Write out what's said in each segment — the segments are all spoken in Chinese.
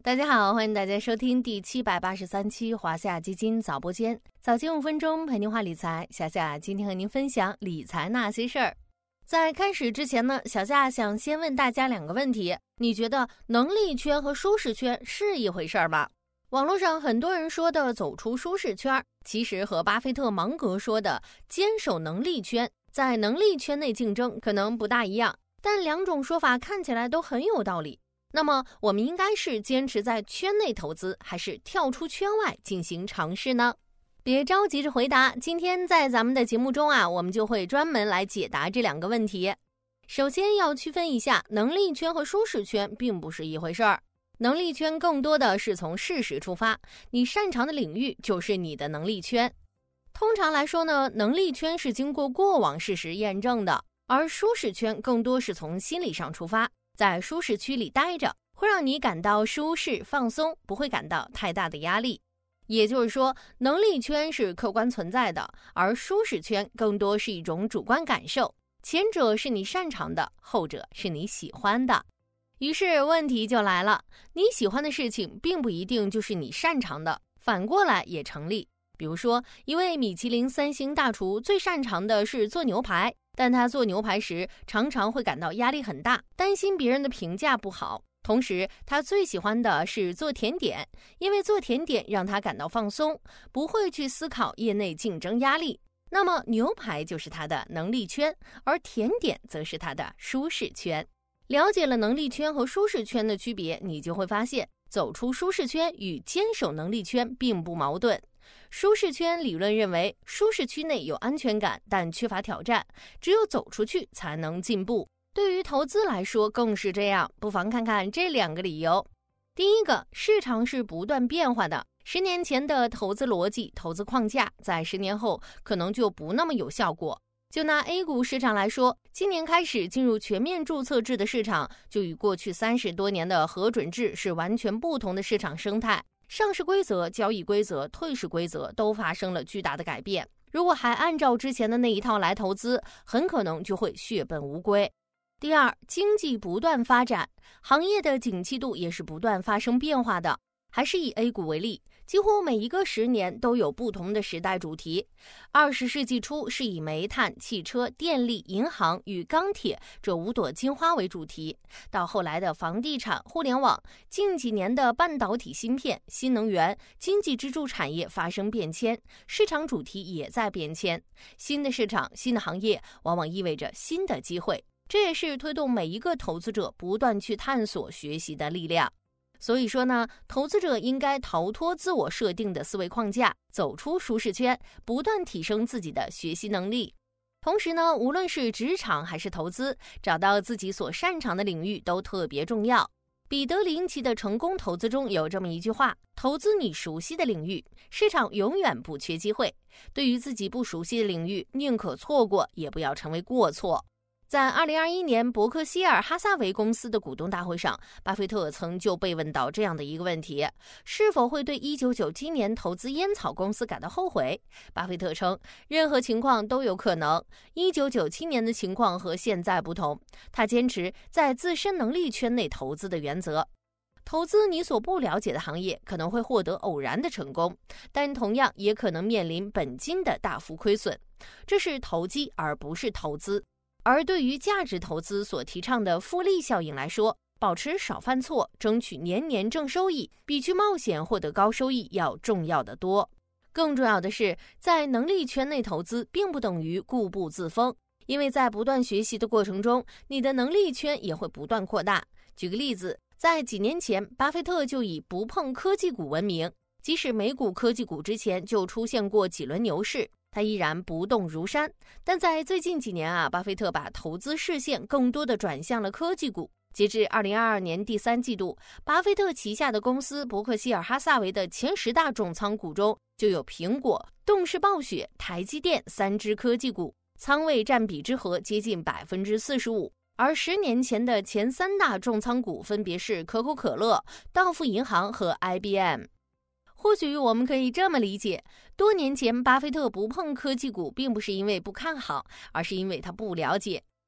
大家好，欢迎大家收听第783期华夏基金早播间，早间5分钟陪您话理财。小夏今天和您分享理财那些事儿。在开始之前呢，小夏想先问大家2个问题：你觉得能力圈和舒适圈是一回事儿吗？网络上很多人说的走出舒适圈，其实和巴菲特芒格说的坚守能力圈，在能力圈内竞争可能不大一样，但2种说法看起来都很有道理。那么我们应该是坚持在圈内投资，还是跳出圈外进行尝试呢？别着急着回答，今天在咱们的节目中我们就会专门来解答这2个问题。首先要区分一下，能力圈和舒适圈并不是一回事儿。能力圈更多的是从事实出发，你擅长的领域就是你的能力圈。通常来说呢，能力圈是经过过往事实验证的，而舒适圈更多是从心理上出发。在舒适区里待着，会让你感到舒适放松，不会感到太大的压力。也就是说，能力圈是客观存在的，而舒适圈更多是一种主观感受，前者是你擅长的，后者是你喜欢的。于是问题就来了，你喜欢的事情并不一定就是你擅长的，反过来也成立。比如说，一位米其林3星大厨最擅长的是做牛排，但他做牛排时常常会感到压力很大，担心别人的评价不好。同时他最喜欢的是做甜点，因为做甜点让他感到放松，不会去思考业内竞争压力。那么牛排就是他的能力圈，而甜点则是他的舒适圈。了解了能力圈和舒适圈的区别，你就会发现走出舒适圈与坚守能力圈并不矛盾。舒适圈理论认为，舒适区内有安全感，但缺乏挑战，只有走出去才能进步。对于投资来说更是这样，不妨看看这2个理由。第一个，市场是不断变化的，10年前的投资逻辑、投资框架，在10年后可能就不那么有效果。就拿 A 股市场来说，今年开始进入全面注册制的市场，就与过去30多年的核准制是完全不同的市场生态。上市规则、交易规则、退市规则都发生了巨大的改变。如果还按照之前的那一套来投资，很可能就会血本无归。第二，经济不断发展，行业的景气度也是不断发生变化的。还是以 A 股为例，几乎每一个10年都有不同的时代主题。20世纪初是以煤炭、汽车、电力、银行与钢铁这5朵金花为主题，到后来的房地产、互联网，近几年的半导体芯片、新能源，经济支柱产业发生变迁，市场主题也在变迁。新的市场、新的行业往往意味着新的机会，这也是推动每一个投资者不断去探索学习的力量。所以说呢，投资者应该逃脱自我设定的思维框架，走出舒适圈，不断提升自己的学习能力。同时呢，无论是职场还是投资，找到自己所擅长的领域都特别重要。彼得林奇的成功投资中有这么一句话：投资你熟悉的领域，市场永远不缺机会。对于自己不熟悉的领域，宁可错过，也不要成为过错。在2021年伯克希尔哈撒韦公司的股东大会上，巴菲特曾就被问到这样的一个问题：是否会对1997年投资烟草公司感到后悔？巴菲特称，任何情况都有可能。1997年的情况和现在不同，他坚持在自身能力圈内投资的原则。投资你所不了解的行业，可能会获得偶然的成功，但同样也可能面临本金的大幅亏损。这是投机而不是投资。而对于价值投资所提倡的复利效应来说，保持少犯错，争取年年正收益，比去冒险获得高收益要重要的多。更重要的是，在能力圈内投资并不等于固步自封，因为在不断学习的过程中，你的能力圈也会不断扩大。举个例子，在几年前，巴菲特就以不碰科技股闻名，即使美股科技股之前就出现过几轮牛市，他依然不动如山。但在最近几年巴菲特把投资视线更多的转向了科技股。截至2022年第3季度，巴菲特旗下的公司伯克希尔哈撒韦的前10大重仓股中，就有苹果、动视暴雪、台积电3只科技股，仓位占比之和接近45%。而10年前的前3大重仓股分别是可口可乐、道富银行和 IBM。或许我们可以这么理解，多年前巴菲特不碰科技股，并不是因为不看好，而是因为他不了解。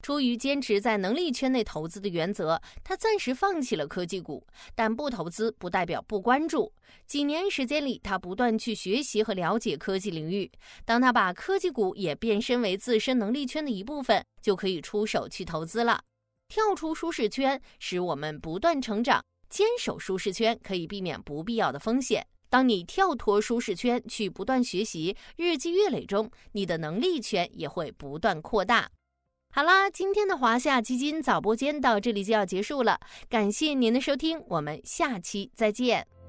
出于坚持在能力圈内投资的原则，他暂时放弃了科技股，但不投资不代表不关注。几年时间里，他不断去学习和了解科技领域。当他把科技股也变身为自身能力圈的一部分，就可以出手去投资了。跳出舒适圈，使我们不断成长；坚守舒适圈，可以避免不必要的风险。当你跳脱舒适圈去不断学习，日积月累中，你的能力圈也会不断扩大。好啦，今天的华夏基金早播间到这里就要结束了，感谢您的收听，我们下期再见。